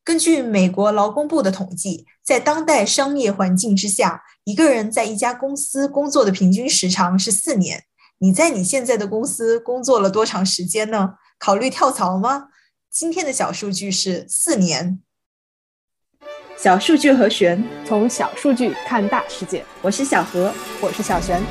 根据美国劳工部的统计，在当代商业环境之下，一个人在一家公司工作的平均时长是4年。你在你现在的公司工作了多长时间呢？考虑跳槽吗？今天的小数据是4年。小数据和玄， 从小数据看大世界。 我是小何， 我是小璇。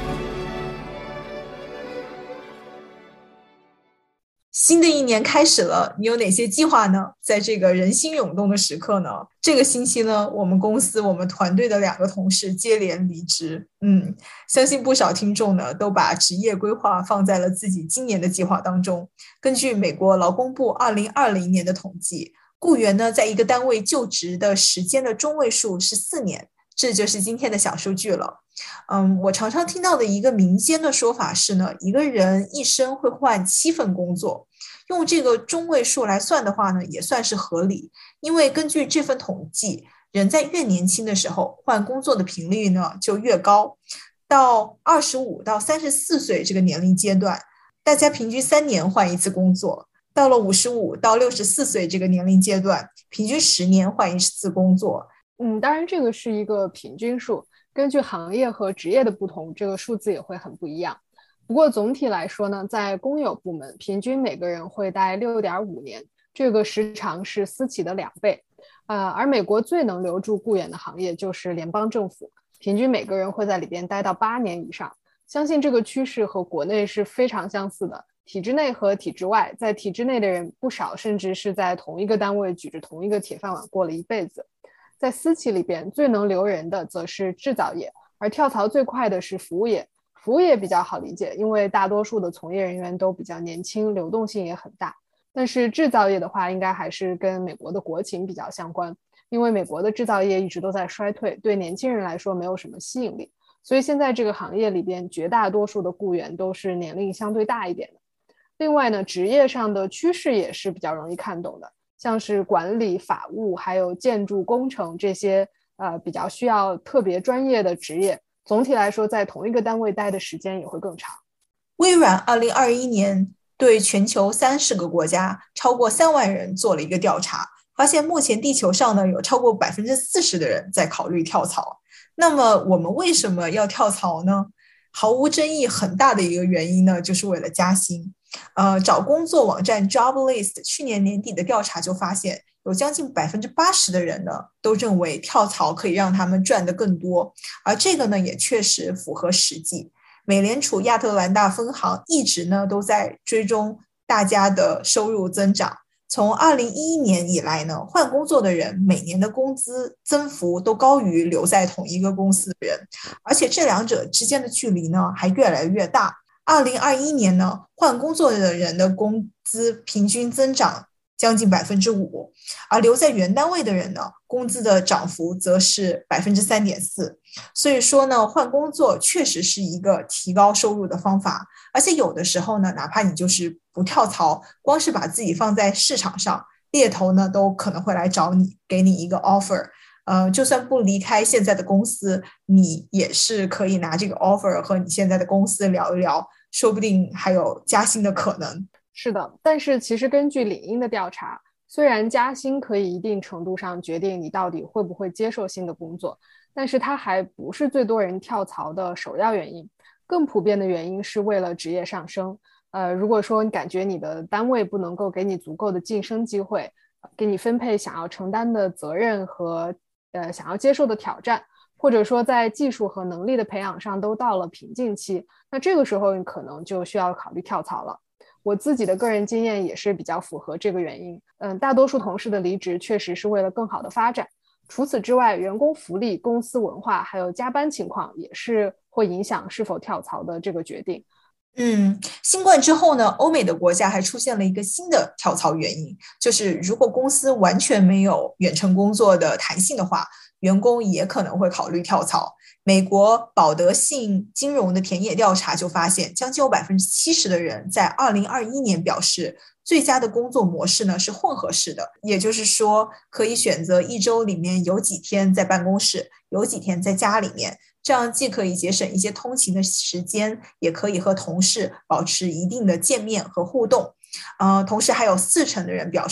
新的一年开始了，你有哪些计划呢？在这个人心涌动的时刻呢？这个星期呢，我们公司我们团队的2个同事接连离职。相信不少听众呢都把职业规划放在了自己今年的计划当中。根据美国劳工部2020年的统计，雇员呢在一个单位就职的时间的中位数是4年，这就是今天的小数据了。我常常听到的一个民间的说法是呢，一个人一生会换7份工作，用这个中位数来算的话呢，也算是合理。因为根据这份统计，人在越年轻的时候换工作的频率呢就越高。到25到34岁这个年龄阶段，大家平均3年换一次工作。到了55到64岁这个年龄阶段，平均10年换一次工作。 当然这个是一个平均数，根据行业和职业的不同，这个数字也会很不一样。不过总体来说呢，在公有部门，平均每个人会待6.5年，这个时长是私企的2倍。而美国最能留住雇员的行业就是联邦政府，平均每个人会在里边待到8年以上。相信这个趋势和国内是非常相似的，体制内和体制外，在体制内的人不少甚至是在同一个单位举着同一个铁饭碗过了一辈子。在私企里边，最能留人的则是制造业，而跳槽最快的是服务业。服务业比较好理解，因为大多数的从业人员都比较年轻，流动性也很大。但是制造业的话，应该还是跟美国的国情比较相关，因为美国的制造业一直都在衰退，对年轻人来说没有什么吸引力。所以现在这个行业里边，绝大多数的雇员都是年龄相对大一点的。另外呢，职业上的趋势也是比较容易看懂的，像是管理、法务还有建筑工程这些比较需要特别专业的职业，总体来说在同一个单位待的时间也会更长。 微软2021年对全球30个国家超过3万人做了一个调查，发现目前地球上呢有超过40%的人在考虑跳槽。那么我们为什么要跳槽呢？毫无争议很大的一个原因呢，就是为了加薪。找工作网站 Joblist 去年年底的调查就发现，有将近80%的人呢都认为跳槽可以让他们赚得更多，而这个呢也确实符合实际。美联储亚特兰大分行一直呢都在追踪大家的收入增长。从2011年以来呢，换工作的人每年的工资增幅都高于留在同一个公司的人，而且这两者之间的距离呢还越来越大。2021年呢，换工作的人的工资平均增长将近5%，而留在原单位的人呢，工资的涨幅则是3.4%。所以说呢，换工作确实是一个提高收入的方法，而且有的时候呢，哪怕你就是不跳槽，光是把自己放在市场上，猎头呢都可能会来找你，给你一个 offer。就算不离开现在的公司，你也是可以拿这个 offer 和你现在的公司聊一聊，说不定还有加薪的可能。 是的，但是其实根据领英的调查，虽然加薪可以一定程度上决定你到底会不会接受新的工作，但是它还不是最多人跳槽的首要原因。更普遍的原因是为了职业上升。如果说你感觉你的单位不能够给你足够的晋升机会，给你分配想要承担的责任和想要接受的挑战，或者说在技术和能力的培养上都到了瓶颈期，那这个时候你可能就需要考虑跳槽了。我自己的个人经验也是比较符合这个原因。大多数同事的离职确实是为了更好的发展。除此之外，员工福利、公司文化还有加班情况也是会影响是否跳槽的这个决定。 新冠之后呢，欧美的国家还出现了一个新的跳槽原因，就是如果公司完全没有远程工作的弹性的话，员工也可能会考虑跳槽。美国保德信金融的田野调查就发现，将近有70%的人在2021年表示，最佳的工作模式呢是混合式的，也就是说，可以选择一周里面有几天在办公室，有几天在家里面。这样既可以节省一些通勤的时间，也可以和同事保持一定的见面和互动。同时还有40%的人表示，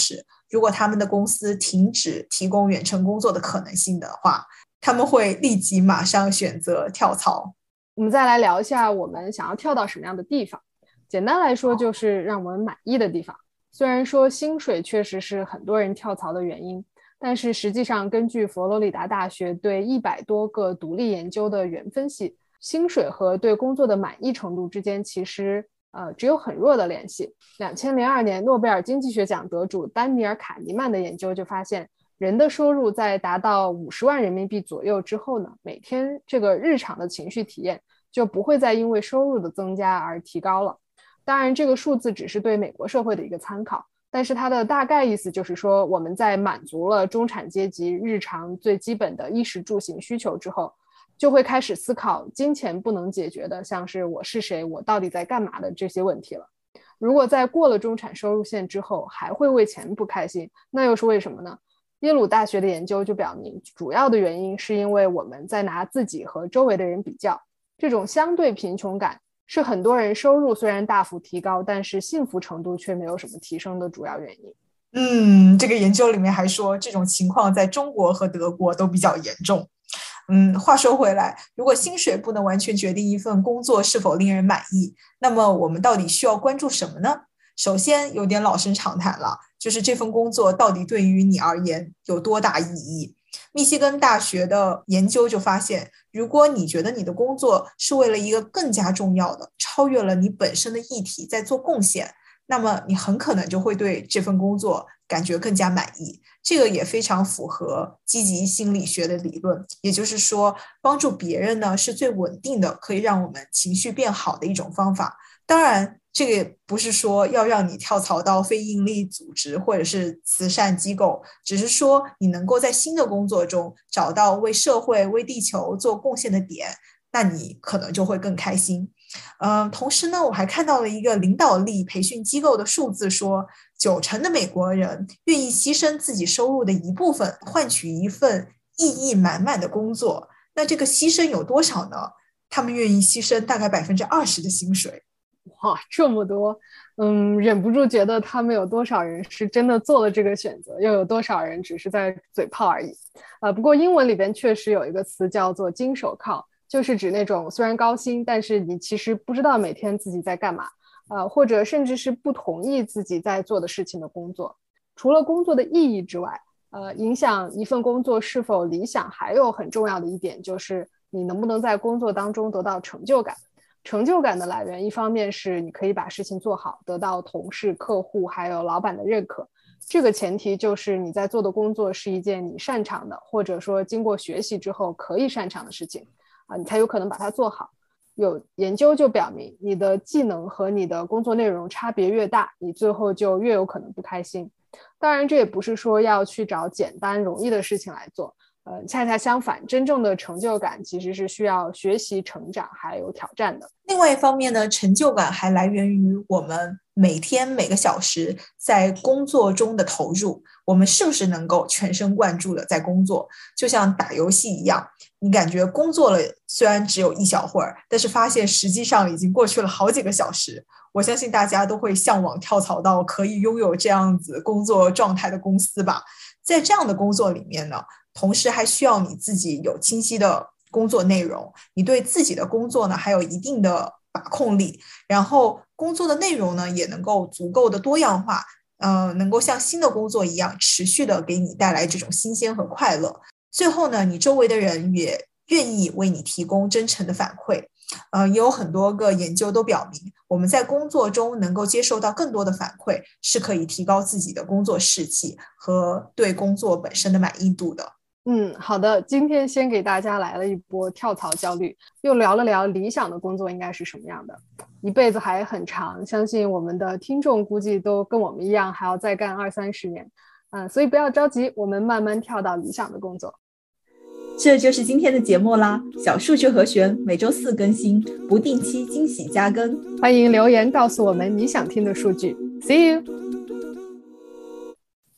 如果他们的公司停止提供远程工作的可能性的话，他们会立即马上选择跳槽。 我们再来聊一下我们想要跳到什么样的地方。简单来说就是让我们满意的地方。虽然说薪水确实是很多人跳槽的原因，但是实际上根据佛罗里达大学对100多个独立研究的原分析，薪水和对工作的满意程度之间其实只有很弱的联系。2002年诺贝尔经济学奖得主丹尼尔·卡尼曼的研究就发现，人的收入在达到50万人民币左右之后呢，每天这个日常的情绪体验就不会再因为收入的增加而提高了。当然这个数字只是对美国社会的一个参考，但是它的大概意思就是说，我们在满足了中产阶级日常最基本的衣食住行需求之后，就会开始思考金钱不能解决的，像是我是谁，我到底在干嘛的这些问题了。如果在过了中产收入线之后还会为钱不开心，那又是为什么呢？耶鲁大学的研究就表明，主要的原因是因为我们在拿自己和周围的人比较，这种相对贫穷感是很多人收入虽然大幅提高，但是幸福程度却没有什么提升的主要原因。这个研究里面还说，这种情况在中国和德国都比较严重。话说回来，如果薪水不能完全决定一份工作是否令人满意，那么我们到底需要关注什么呢？首先有点老生常谈了，就是这份工作到底对于你而言有多大意义。密西根大学的研究就发现，如果你觉得你的工作是为了一个更加重要的、超越了你本身的议题在做贡献，那么你很可能就会对这份工作感觉更加满意。这个也非常符合积极心理学的理论，也就是说，帮助别人呢是最稳定的，可以让我们情绪变好的一种方法。当然，这个也不是说要让你跳槽到非营利组织或者是慈善机构，只是说你能够在新的工作中找到为社会、为地球做贡献的点，那你可能就会更开心。同时呢，我还看到了一个领导力培训机构的数字说，90%的美国人愿意牺牲自己收入的一部分，换取一份意义满满的工作。那这个牺牲有多少呢？他们愿意牺牲大概20%的薪水。 哇，这么多，忍不住觉得他们有多少人是真的做了这个选择，又有多少人只是在嘴炮而已。不过英文里边确实有一个词叫做金手铐，就是指那种虽然高薪，但是你其实不知道每天自己在干嘛，或者甚至是不同意自己在做的事情的工作。除了工作的意义之外，影响一份工作是否理想还有很重要的一点，就是你能不能在工作当中得到成就感。成就感的来源，一方面是你可以把事情做好，得到同事、客户还有老板的认可，这个前提就是你在做的工作是一件你擅长的，或者说经过学习之后可以擅长的事情，你才有可能把它做好。有研究就表明，你的技能和你的工作内容差别越大，你最后就越有可能不开心。当然这也不是说要去找简单容易的事情来做，恰恰相反，真正的成就感其实是需要学习成长还有挑战的。 另外一方面呢，成就感还来源于我们每天每个小时在工作中的投入，我们是不是能够全神贯注的在工作，就像打游戏一样，你感觉工作了虽然只有一小会儿，但是发现实际上已经过去了好几个小时。我相信大家都会向往跳槽到可以拥有这样子工作状态的公司吧。在这样的工作里面呢，同时还需要你自己有清晰的工作内容，你对自己的工作呢还有一定的把控力，然后工作的内容呢也能够足够的多样化，能够像新的工作一样持续的给你带来这种新鲜和快乐。最后呢，你周围的人也愿意为你提供真诚的反馈。也有很多个研究都表明，我们在工作中能够接受到更多的反馈，是可以提高自己的工作士气和对工作本身的满意度的。 好的，今天先给大家来了一波跳槽焦虑，又聊了聊理想的工作应该是什么样的。一辈子还很长，相信我们的听众估计都跟我们一样还要再干20-30年，所以不要着急，我们慢慢跳到理想的工作。 这就是今天的节目啦，小数据和弦每周4更新，不定期惊喜加更， 欢迎留言告诉我们你想听的数据。See you。